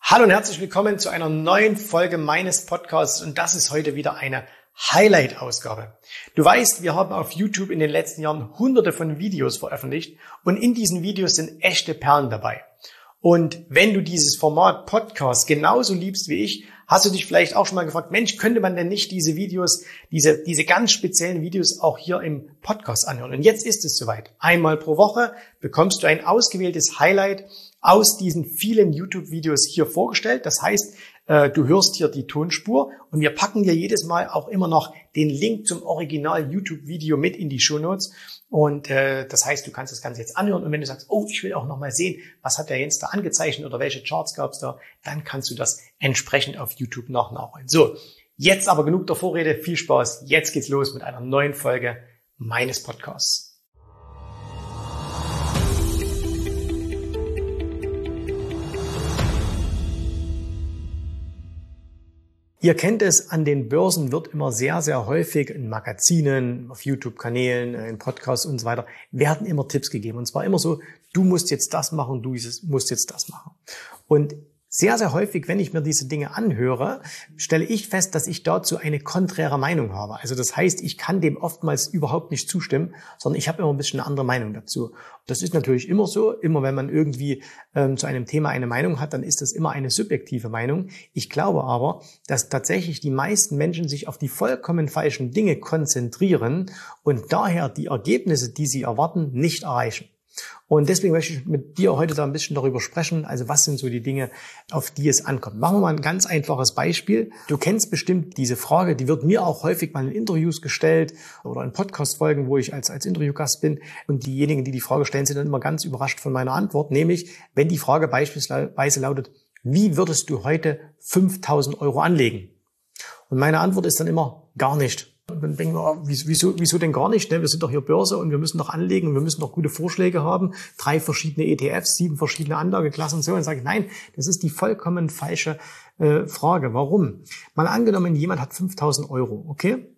Hallo und herzlich willkommen zu einer neuen Folge meines Podcasts und das ist heute wieder eine Highlight-Ausgabe. Du weißt, wir haben auf YouTube in den letzten Jahren hunderte von Videos veröffentlicht und in diesen Videos sind echte Perlen dabei. Und wenn du dieses Format Podcast genauso liebst wie ich, hast du dich vielleicht auch schon mal gefragt, Mensch, könnte man denn nicht diese Videos, diese ganz speziellen Videos auch hier im Podcast anhören? Und jetzt ist es soweit. Einmal pro Woche bekommst du ein ausgewähltes Highlight aus diesen vielen YouTube-Videos hier vorgestellt. Das heißt, du hörst hier die Tonspur und wir packen dir jedes Mal auch immer noch den Link zum Original-YouTube-Video mit in die Shownotes. Und das heißt, du kannst das Ganze jetzt anhören und wenn du sagst, oh, ich will auch noch mal sehen, was hat der Jens da angezeichnet oder welche Charts gab es da, dann kannst du das entsprechend auf YouTube noch nachholen. So, jetzt aber genug der Vorrede, viel Spaß. Jetzt geht's los mit einer neuen Folge meines Podcasts. Ihr kennt es, an den Börsen wird immer sehr, sehr häufig in Magazinen, auf YouTube-Kanälen, in Podcasts und so weiter, werden immer Tipps gegeben. Und zwar immer so, du musst jetzt das machen, du musst jetzt das machen. Und sehr, sehr häufig, wenn ich mir diese Dinge anhöre, stelle ich fest, dass ich dazu eine konträre Meinung habe. Also das heißt, ich kann dem oftmals überhaupt nicht zustimmen, sondern ich habe immer ein bisschen eine andere Meinung dazu. Das ist natürlich immer so. Immer wenn man irgendwie zu einem Thema eine Meinung hat, dann ist das immer eine subjektive Meinung. Ich glaube aber, dass tatsächlich die meisten Menschen sich auf die vollkommen falschen Dinge konzentrieren und daher die Ergebnisse, die sie erwarten, nicht erreichen. Und deswegen möchte ich mit dir heute da ein bisschen darüber sprechen, also was sind so die Dinge, auf die es ankommt. Machen wir mal ein ganz einfaches Beispiel. Du kennst bestimmt diese Frage, die wird mir auch häufig mal in Interviews gestellt oder in Podcast-Folgen, wo ich als Interviewgast bin. Und diejenigen, die die Frage stellen, sind dann immer ganz überrascht von meiner Antwort. Nämlich, wenn die Frage beispielsweise lautet, wie würdest du heute 5.000 Euro anlegen? Und meine Antwort ist dann immer, gar nicht. Und dann denken wir, wieso denn gar nicht? Wir sind doch hier Börse und wir müssen doch anlegen und wir müssen doch gute Vorschläge haben. 3 verschiedene ETFs, 7 verschiedene Anlageklassen und so. Und sage ich, nein, das ist die vollkommen falsche Frage. Warum? Mal angenommen, jemand hat 5.000 Euro, okay?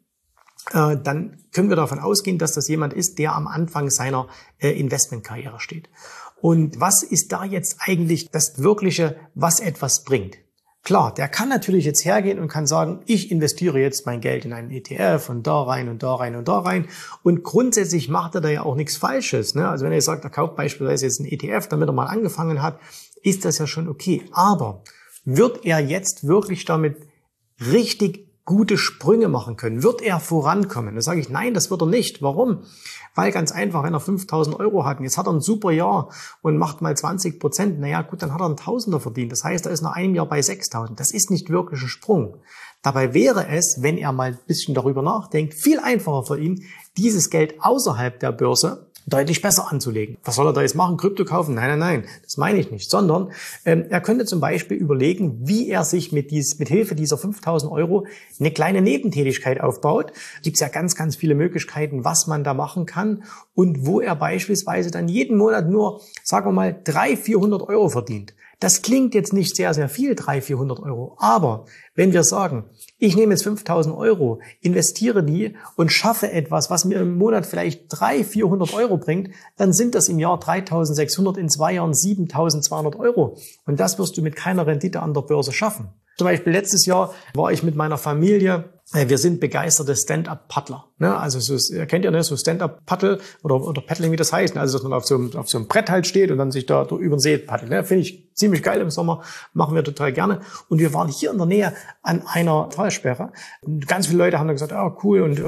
Dann können wir davon ausgehen, dass das jemand ist, der am Anfang seiner Investmentkarriere steht. Und was ist da jetzt eigentlich das Wirkliche, was etwas bringt? Klar, der kann natürlich jetzt hergehen und kann sagen, ich investiere jetzt mein Geld in einen ETF und da rein und da rein und da rein. Und grundsätzlich macht er da ja auch nichts Falsches. Ne? Also wenn er sagt, er kauft beispielsweise jetzt einen ETF, damit er mal angefangen hat, ist das ja schon okay. Aber wird er jetzt wirklich damit richtig gute Sprünge machen können? Wird er vorankommen? Da sage ich, nein, das wird er nicht. Warum? Weil ganz einfach, wenn er 5.000 Euro hat und jetzt hat er ein super Jahr und macht mal 20%, naja gut, dann hat er einen Tausender verdient. Das heißt, er ist nach einem Jahr bei 6.000. Das ist nicht wirklich ein Sprung. Dabei wäre es, wenn er mal ein bisschen darüber nachdenkt, viel einfacher für ihn, dieses Geld außerhalb der Börse deutlich besser anzulegen. Was soll er da jetzt machen? Krypto kaufen? Nein, das meine ich nicht. Sondern er könnte zum Beispiel überlegen, wie er sich mit Hilfe dieser 5.000 Euro eine kleine Nebentätigkeit aufbaut. Gibt es ja ganz, ganz viele Möglichkeiten, was man da machen kann und wo er beispielsweise dann jeden Monat nur, sagen wir mal, 300-400 Euro verdient. Das klingt jetzt nicht sehr, sehr viel, 300-400 Euro. Aber wenn wir sagen, ich nehme jetzt 5.000 Euro, investiere die und schaffe etwas, was mir im Monat vielleicht 300-400 Euro bringt, dann sind das im Jahr 3.600, in 2 Jahren 7.200 Euro. Und das wirst du mit keiner Rendite an der Börse schaffen. Zum Beispiel letztes Jahr war ich mit meiner Familie, wir sind begeisterte Stand-Up-Paddler. Ne? Also so, kennt ihr, ne? So Stand-Up-Paddle oder Paddling, wie das heißt. Also dass man auf so einem Brett halt steht und dann sich da über den See paddelt. Ne? Finde ich ziemlich geil im Sommer, machen wir total gerne. Und wir waren hier in der Nähe an einer Talsperre. Und ganz viele Leute haben dann gesagt, cool und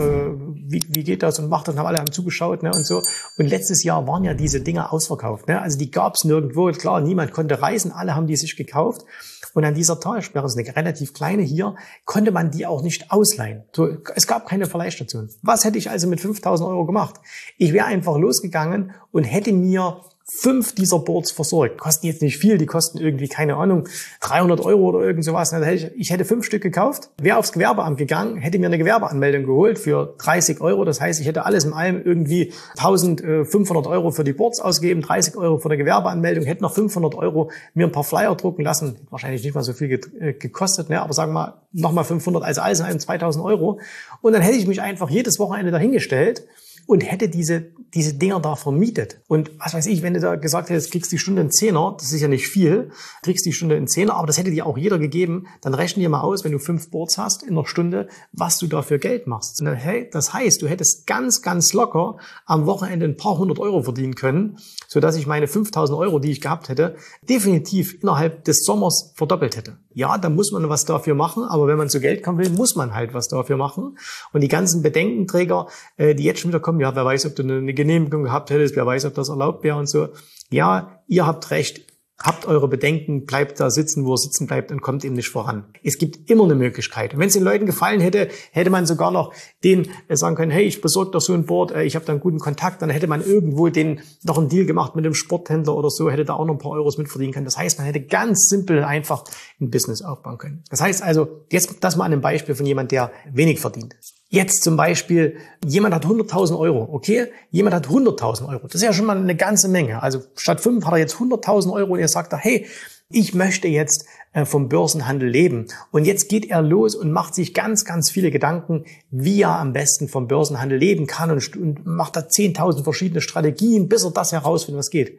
wie geht das und macht das? Und alle haben zugeschaut, ne? Und so. Und letztes Jahr waren ja diese Dinger ausverkauft. Ne? Also die gab's nirgendwo. Klar, niemand konnte reisen, alle haben die sich gekauft. Und an dieser Talsperre, das ist eine relativ kleine hier, konnte man die auch nicht ausleihen. So, es gab keine Verleihstation. Was hätte ich also mit 5.000 Euro gemacht? Ich wäre einfach losgegangen und hätte mir 5 dieser Boards versorgt. Kosten jetzt nicht viel, die kosten irgendwie, keine Ahnung, 300 Euro oder irgend sowas. Ich hätte 5 Stück gekauft, wäre aufs Gewerbeamt gegangen, hätte mir eine Gewerbeanmeldung geholt für 30 Euro. Das heißt, ich hätte alles in allem irgendwie 1.500 Euro für die Boards ausgegeben, 30 Euro für eine Gewerbeanmeldung, hätte noch 500 Euro mir ein paar Flyer drucken lassen. Wahrscheinlich nicht mal so viel gekostet, ne? Aber sagen wir mal, nochmal 500, also alles in allem 2.000 Euro. Und dann hätte ich mich einfach jedes Wochenende dahingestellt und hätte diese diese Dinger da vermietet. Und was weiß ich, wenn du da gesagt hättest, kriegst die Stunde einen Zehner, das ist ja nicht viel, kriegst die Stunde einen Zehner, aber das hätte dir auch jeder gegeben, dann rechne dir mal aus, wenn du 5 Boards hast in einer Stunde, was du dafür Geld machst. Und hey, das heißt, du hättest ganz, ganz locker am Wochenende ein paar 100 Euro verdienen können, sodass ich meine 5.000 Euro, die ich gehabt hätte, definitiv innerhalb des Sommers verdoppelt hätte. Ja, da muss man was dafür machen, aber wenn man zu Geld kommen will, muss man halt was dafür machen. Und die ganzen Bedenkenträger, die jetzt schon wieder kommen, ja, wer weiß, ob du eine Genehmigung gehabt hättest, wer weiß, ob das erlaubt wäre und so. Ja, ihr habt recht. Habt eure Bedenken, bleibt da sitzen, wo er sitzen bleibt und kommt eben nicht voran. Es gibt immer eine Möglichkeit. Und wenn es den Leuten gefallen hätte, hätte man sogar noch denen sagen können, hey, ich besorge doch so ein Board, ich habe da einen guten Kontakt. Dann hätte man irgendwo den noch einen Deal gemacht mit einem Sporthändler oder so, hätte da auch noch ein paar Euros mitverdienen können. Das heißt, man hätte ganz simpel einfach ein Business aufbauen können. Das heißt also, jetzt das mal an einem Beispiel von jemand, der wenig verdient. Jetzt zum Beispiel, jemand hat 100.000 Euro, okay? Jemand hat 100.000 Euro. Das ist ja schon mal eine ganze Menge. Also statt 5 hat er jetzt 100.000 Euro und er sagt da, hey, ich möchte jetzt vom Börsenhandel leben. Und jetzt geht er los und macht sich ganz, ganz viele Gedanken, wie er am besten vom Börsenhandel leben kann und macht da 10.000 verschiedene Strategien, bis er das herausfindet, was geht.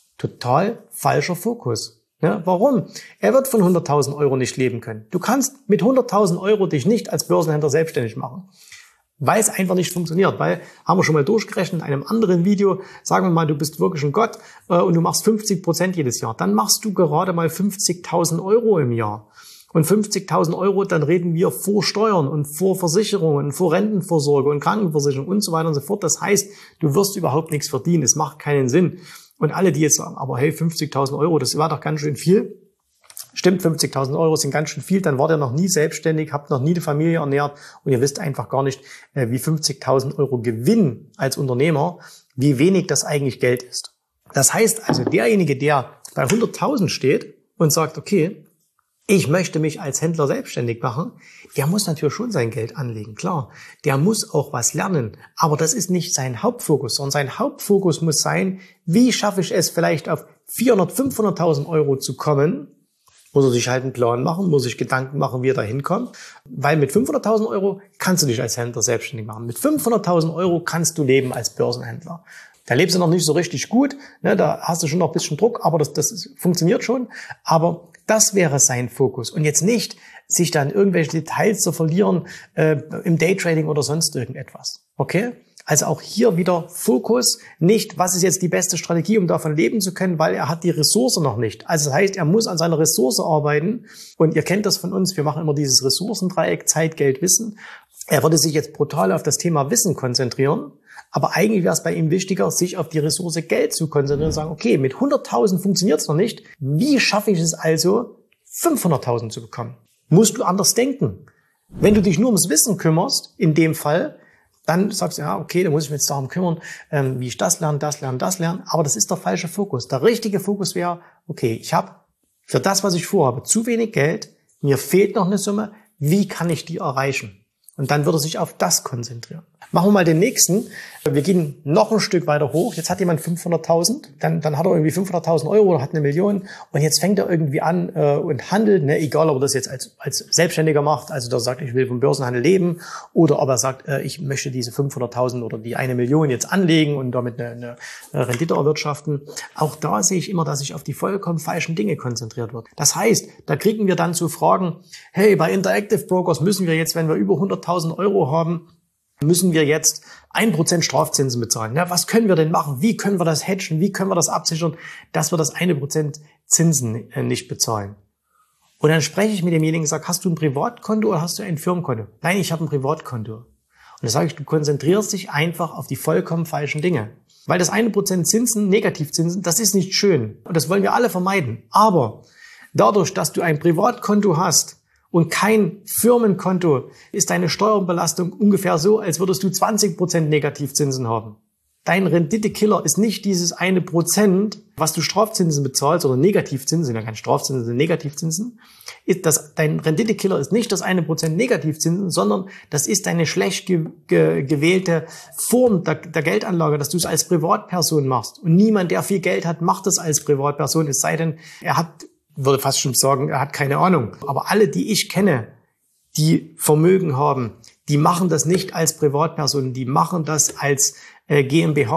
Total falscher Fokus. Ja, warum? Er wird von 100.000 Euro nicht leben können. Du kannst mit 100.000 Euro dich nicht als Börsenhändler selbstständig machen, weil es einfach nicht funktioniert. Weil, haben wir schon mal durchgerechnet in einem anderen Video, sagen wir mal, du bist wirklich ein Gott und du machst 50% jedes Jahr. Dann machst du gerade mal 50.000 Euro im Jahr. Und 50.000 Euro, dann reden wir vor Steuern und vor Versicherungen, vor Rentenvorsorge und Krankenversicherung und so weiter und so fort. Das heißt, du wirst überhaupt nichts verdienen. Es macht keinen Sinn. Und alle, die jetzt sagen, aber hey, 50.000 Euro, das war doch ganz schön viel. Stimmt, 50.000 Euro sind ganz schön viel. Dann wart ihr noch nie selbstständig, habt noch nie eine Familie ernährt und ihr wisst einfach gar nicht, wie 50.000 Euro Gewinn als Unternehmer, wie wenig das eigentlich Geld ist. Das heißt also, derjenige, der bei 100.000 steht und sagt, okay, ich möchte mich als Händler selbstständig machen, der muss natürlich schon sein Geld anlegen, klar. Der muss auch was lernen, aber das ist nicht sein Hauptfokus, sondern sein Hauptfokus muss sein, wie schaffe ich es vielleicht auf 400.000, 500.000 Euro zu kommen, muss er sich halt einen Plan machen, muss sich Gedanken machen, wie er da hinkommt, weil mit 500.000 Euro kannst du dich als Händler selbstständig machen. Mit 500.000 Euro kannst du leben als Börsenhändler. Da lebst du noch nicht so richtig gut, ne, da hast du schon noch ein bisschen Druck, aber das funktioniert schon. Aber das wäre sein Fokus. Und jetzt nicht, sich dann irgendwelche Details zu verlieren im Daytrading oder sonst irgendetwas. Okay? Also auch hier wieder Fokus, nicht, was ist jetzt die beste Strategie, um davon leben zu können, weil er hat die Ressource noch nicht. Also das heißt, er muss an seiner Ressource arbeiten. Und ihr kennt das von uns, wir machen immer dieses Ressourcendreieck, Zeit, Geld, Wissen. Er würde sich jetzt brutal auf das Thema Wissen konzentrieren. Aber eigentlich wäre es bei ihm wichtiger, sich auf die Ressource Geld zu konzentrieren und sagen, okay, mit 100.000 funktioniert es noch nicht. Wie schaffe ich es also, 500.000 zu bekommen? Musst du anders denken. Wenn du dich nur ums Wissen kümmerst, in dem Fall, dann sagst du, ja, okay, da muss ich mich jetzt darum kümmern, wie ich das lerne. Aber das ist der falsche Fokus. Der richtige Fokus wäre, okay, ich habe für das, was ich vorhabe, zu wenig Geld, mir fehlt noch eine Summe, wie kann ich die erreichen? Und dann würde er sich auf das konzentrieren. Machen wir mal den nächsten. Wir gehen noch ein Stück weiter hoch. Jetzt hat jemand 500.000, dann hat er irgendwie 500.000 Euro oder hat 1 Million und jetzt fängt er irgendwie an und handelt, ne, egal ob er das jetzt als Selbstständiger macht, also der sagt, ich will vom Börsenhandel leben, oder ob er sagt, ich möchte diese 500.000 oder die 1 Million jetzt anlegen und damit eine Rendite erwirtschaften. Auch da sehe ich immer, dass sich auf die vollkommen falschen Dinge konzentriert wird. Das heißt, da kriegen wir dann zu Fragen, hey, bei Interactive Brokers müssen wir jetzt, wenn wir über 100.000 Euro haben, müssen wir jetzt 1% Strafzinsen bezahlen. Ja, was können wir denn machen? Wie können wir das hedgen? Wie können wir das absichern, dass wir das 1% Zinsen nicht bezahlen? Und dann spreche ich mit demjenigen und sage, hast du ein Privatkonto oder hast du ein Firmenkonto? Nein, ich habe ein Privatkonto. Und dann sage ich, du konzentrierst dich einfach auf die vollkommen falschen Dinge. Weil das 1% Zinsen, Negativzinsen, das ist nicht schön. Und das wollen wir alle vermeiden. Aber dadurch, dass du ein Privatkonto hast, und kein Firmenkonto, ist deine Steuerbelastung ungefähr so, als würdest du 20% Negativzinsen haben. Dein Renditekiller ist nicht dieses 1%, was du Strafzinsen bezahlst, oder Negativzinsen, ja, keine Strafzinsen, sind Negativzinsen. Dein Renditekiller ist nicht das 1% Negativzinsen, sondern das ist eine schlecht gewählte Form der Geldanlage, dass du es als Privatperson machst. Und niemand, der viel Geld hat, macht es als Privatperson, es sei denn, würde fast schon sagen, er hat keine Ahnung. Aber alle, die ich kenne, die Vermögen haben, die machen das nicht als Privatperson, die machen das als GmbH.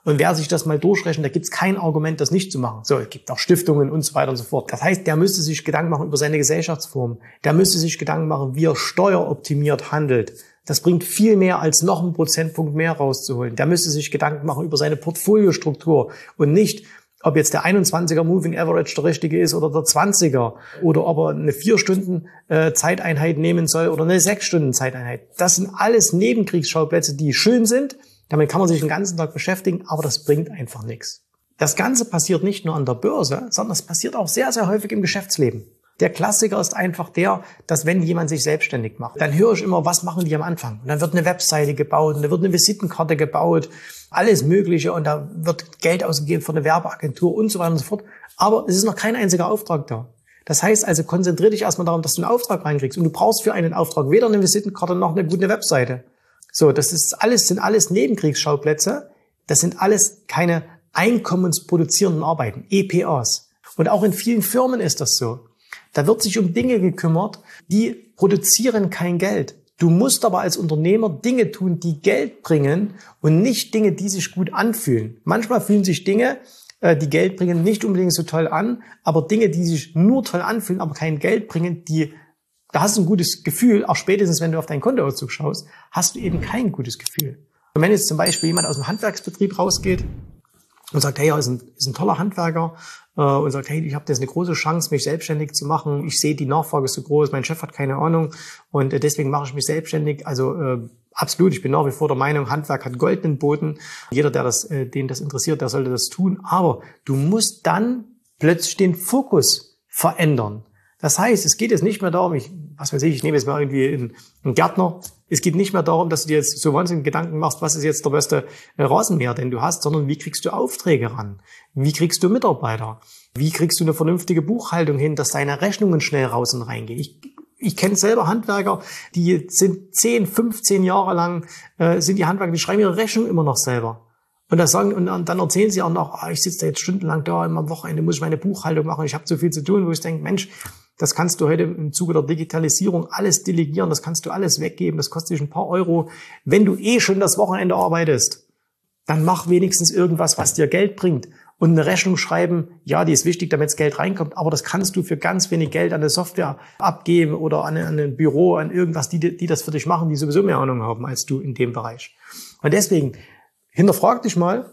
Und wer sich das mal durchrechnet, da gibt es kein Argument, das nicht zu machen. So, es gibt auch Stiftungen und so weiter und so fort. Das heißt, der müsste sich Gedanken machen über seine Gesellschaftsform. Der müsste sich Gedanken machen, wie er steueroptimiert handelt. Das bringt viel mehr, als noch einen Prozentpunkt mehr rauszuholen. Der müsste sich Gedanken machen über seine Portfoliostruktur und nicht, ob jetzt der 21er Moving Average der richtige ist oder der 20er oder ob er eine 4 Stunden Zeiteinheit nehmen soll oder eine 6 Stunden Zeiteinheit. Das sind alles Nebenkriegsschauplätze, die schön sind. Damit kann man sich den ganzen Tag beschäftigen, aber das bringt einfach nichts. Das Ganze passiert nicht nur an der Börse, sondern es passiert auch sehr, sehr häufig im Geschäftsleben. Der Klassiker ist einfach der, dass wenn jemand sich selbstständig macht, dann höre ich immer, was machen die am Anfang? Und dann wird eine Webseite gebaut und da wird eine Visitenkarte gebaut, alles Mögliche und da wird Geld ausgegeben für eine Werbeagentur und so weiter und so fort. Aber es ist noch kein einziger Auftrag da. Das heißt also, konzentriere dich erstmal darum, dass du einen Auftrag reinkriegst und du brauchst für einen Auftrag weder eine Visitenkarte noch eine gute Webseite. So, sind alles Nebenkriegsschauplätze. Das sind alles keine einkommensproduzierenden Arbeiten, EPAs. Und auch in vielen Firmen ist das so. Da wird sich um Dinge gekümmert, die produzieren kein Geld. Du musst aber als Unternehmer Dinge tun, die Geld bringen und nicht Dinge, die sich gut anfühlen. Manchmal fühlen sich Dinge, die Geld bringen, nicht unbedingt so toll an, aber Dinge, die sich nur toll anfühlen, aber kein Geld bringen, da hast du ein gutes Gefühl, auch spätestens, wenn du auf deinen Kontoauszug schaust, hast du eben kein gutes Gefühl. Und wenn jetzt zum Beispiel jemand aus dem Handwerksbetrieb rausgeht und sagt, hey, er ist ein toller Handwerker und sagt, hey, ich habe jetzt eine große Chance, mich selbstständig zu machen. Ich sehe, die Nachfrage ist so groß, mein Chef hat keine Ahnung und deswegen mache ich mich selbstständig. Also absolut, ich bin nach wie vor der Meinung, Handwerk hat goldenen Boden. Jeder, den das interessiert, der sollte das tun. Aber du musst dann plötzlich den Fokus verändern. Das heißt, es geht jetzt nicht mehr darum, ich nehme jetzt mal irgendwie einen Gärtner. Es geht nicht mehr darum, dass du dir jetzt so wahnsinnig Gedanken machst, was ist jetzt der beste Rasenmäher, den du hast, sondern wie kriegst du Aufträge ran? Wie kriegst du Mitarbeiter? Wie kriegst du eine vernünftige Buchhaltung hin, dass deine Rechnungen schnell raus und reingehen? Ich kenne selber Handwerker, die sind 10, 15 Jahre lang, sind die Handwerker, die schreiben ihre Rechnung immer noch selber. Und dann erzählen sie auch noch, ich sitze da jetzt stundenlang da, am Wochenende muss ich meine Buchhaltung machen, ich habe so viel zu tun, wo ich denke, Mensch, das kannst du heute im Zuge der Digitalisierung alles delegieren, das kannst du alles weggeben, das kostet dich ein paar Euro. Wenn du schon das Wochenende arbeitest, dann mach wenigstens irgendwas, was dir Geld bringt. Und eine Rechnung schreiben, ja, die ist wichtig, damit das Geld reinkommt, aber das kannst du für ganz wenig Geld an eine Software abgeben oder an ein Büro, an irgendwas, die das für dich machen, die sowieso mehr Ahnung haben als du in dem Bereich. Und deswegen, hinterfrag dich mal,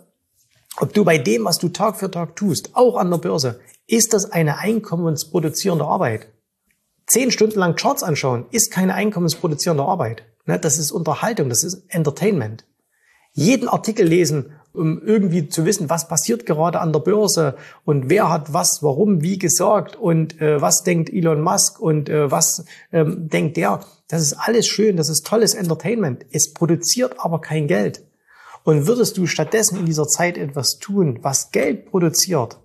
ob du bei dem, was du Tag für Tag tust, auch an der Börse, ist das eine einkommensproduzierende Arbeit? 10 Stunden lang Charts anschauen ist keine einkommensproduzierende Arbeit. Das ist Unterhaltung, das ist Entertainment. Jeden Artikel lesen, um irgendwie zu wissen, was passiert gerade an der Börse und wer hat was, warum, wie gesagt und was denkt Elon Musk und was denkt der. Das ist alles schön, das ist tolles Entertainment. Es produziert aber kein Geld. Und würdest du stattdessen in dieser Zeit etwas tun, was Geld produziert,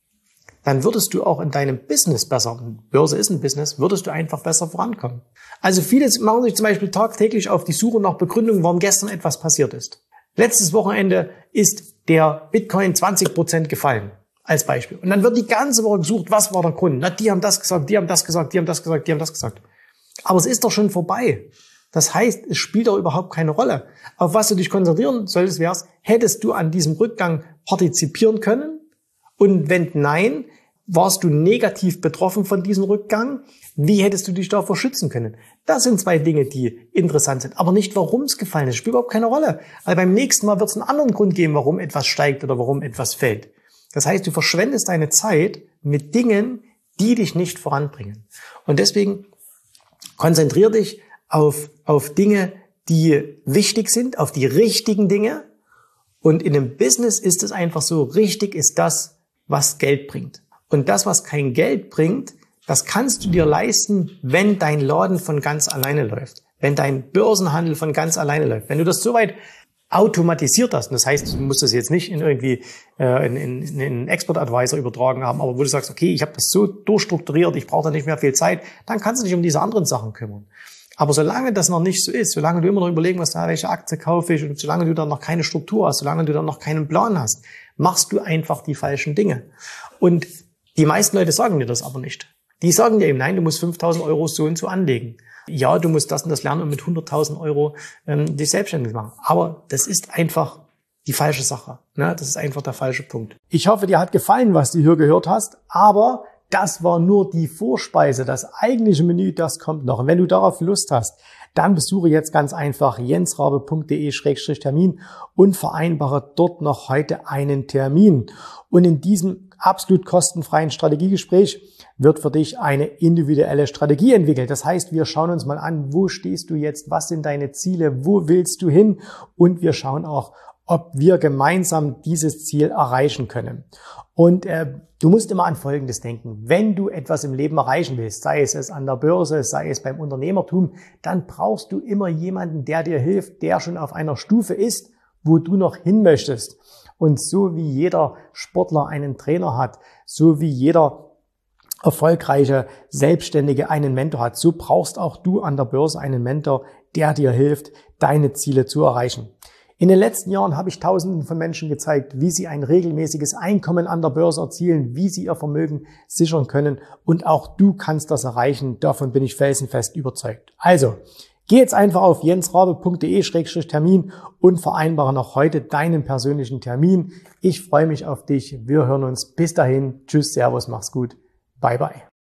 dann würdest du auch in deinem Business besser, Börse ist ein Business, würdest du einfach besser vorankommen. Also viele machen sich zum Beispiel tagtäglich auf die Suche nach Begründungen, warum gestern etwas passiert ist. Letztes Wochenende ist der Bitcoin 20% gefallen, als Beispiel. Und dann wird die ganze Woche gesucht, was war der Grund? Na, die haben das gesagt, die haben das gesagt, die haben das gesagt, die haben das gesagt. Aber es ist doch schon vorbei. Das heißt, es spielt doch überhaupt keine Rolle. Auf was du dich konzentrieren solltest, hättest du an diesem Rückgang partizipieren können? Und wenn nein, warst du negativ betroffen von diesem Rückgang? Wie hättest du dich davor schützen können? Das sind 2 Dinge, die interessant sind. Aber nicht, warum es gefallen ist. Spielt überhaupt keine Rolle. Weil beim nächsten Mal wird es einen anderen Grund geben, warum etwas steigt oder warum etwas fällt. Das heißt, du verschwendest deine Zeit mit Dingen, die dich nicht voranbringen. Und deswegen konzentrier dich auf Dinge, die wichtig sind, auf die richtigen Dinge. Und in einem Business ist es einfach so, richtig ist das, was Geld bringt. Und das, was kein Geld bringt, das kannst du dir leisten, wenn dein Laden von ganz alleine läuft. Wenn dein Börsenhandel von ganz alleine läuft. Wenn du das soweit automatisiert hast, und das heißt, du musst das jetzt nicht in irgendwie in einen Expert Advisor übertragen haben, aber wo du sagst, okay, ich habe das so durchstrukturiert, ich brauche da nicht mehr viel Zeit, dann kannst du dich um diese anderen Sachen kümmern. Aber solange das noch nicht so ist, solange du immer noch überlegen musst, welche Aktie kaufe ich und solange du dann noch keine Struktur hast, solange du dann noch keinen Plan hast, machst du einfach die falschen Dinge. Und die meisten Leute sagen dir das aber nicht. Die sagen dir eben, nein, du musst 5.000 Euro so und so anlegen. Ja, du musst das und das lernen und mit 100.000 Euro dich selbstständig machen. Aber das ist einfach die falsche Sache. Ne? Das ist einfach der falsche Punkt. Ich hoffe, dir hat gefallen, was du hier gehört hast, aber das war nur die Vorspeise. Das eigentliche Menü, das kommt noch. Und wenn du darauf Lust hast, dann besuche jetzt ganz einfach jensrabe.de/termin und vereinbare dort noch heute einen Termin. Und in diesem absolut kostenfreien Strategiegespräch wird für dich eine individuelle Strategie entwickelt. Das heißt, wir schauen uns mal an, wo stehst du jetzt, was sind deine Ziele, wo willst du hin, und wir schauen auch, ob wir gemeinsam dieses Ziel erreichen können. Und du musst immer an Folgendes denken. Wenn du etwas im Leben erreichen willst, sei es an der Börse, sei es beim Unternehmertum, dann brauchst du immer jemanden, der dir hilft, der schon auf einer Stufe ist, wo du noch hin möchtest. Und so wie jeder Sportler einen Trainer hat, so wie jeder erfolgreiche Selbstständige einen Mentor hat, so brauchst auch du an der Börse einen Mentor, der dir hilft, deine Ziele zu erreichen. In den letzten Jahren habe ich Tausenden von Menschen gezeigt, wie sie ein regelmäßiges Einkommen an der Börse erzielen, wie sie ihr Vermögen sichern können, und auch du kannst das erreichen. Davon bin ich felsenfest überzeugt. Also, geh jetzt einfach auf jensrabe.de/termin und vereinbare noch heute deinen persönlichen Termin. Ich freue mich auf dich. Wir hören uns. Bis dahin. Tschüss, Servus, mach's gut. Bye, bye.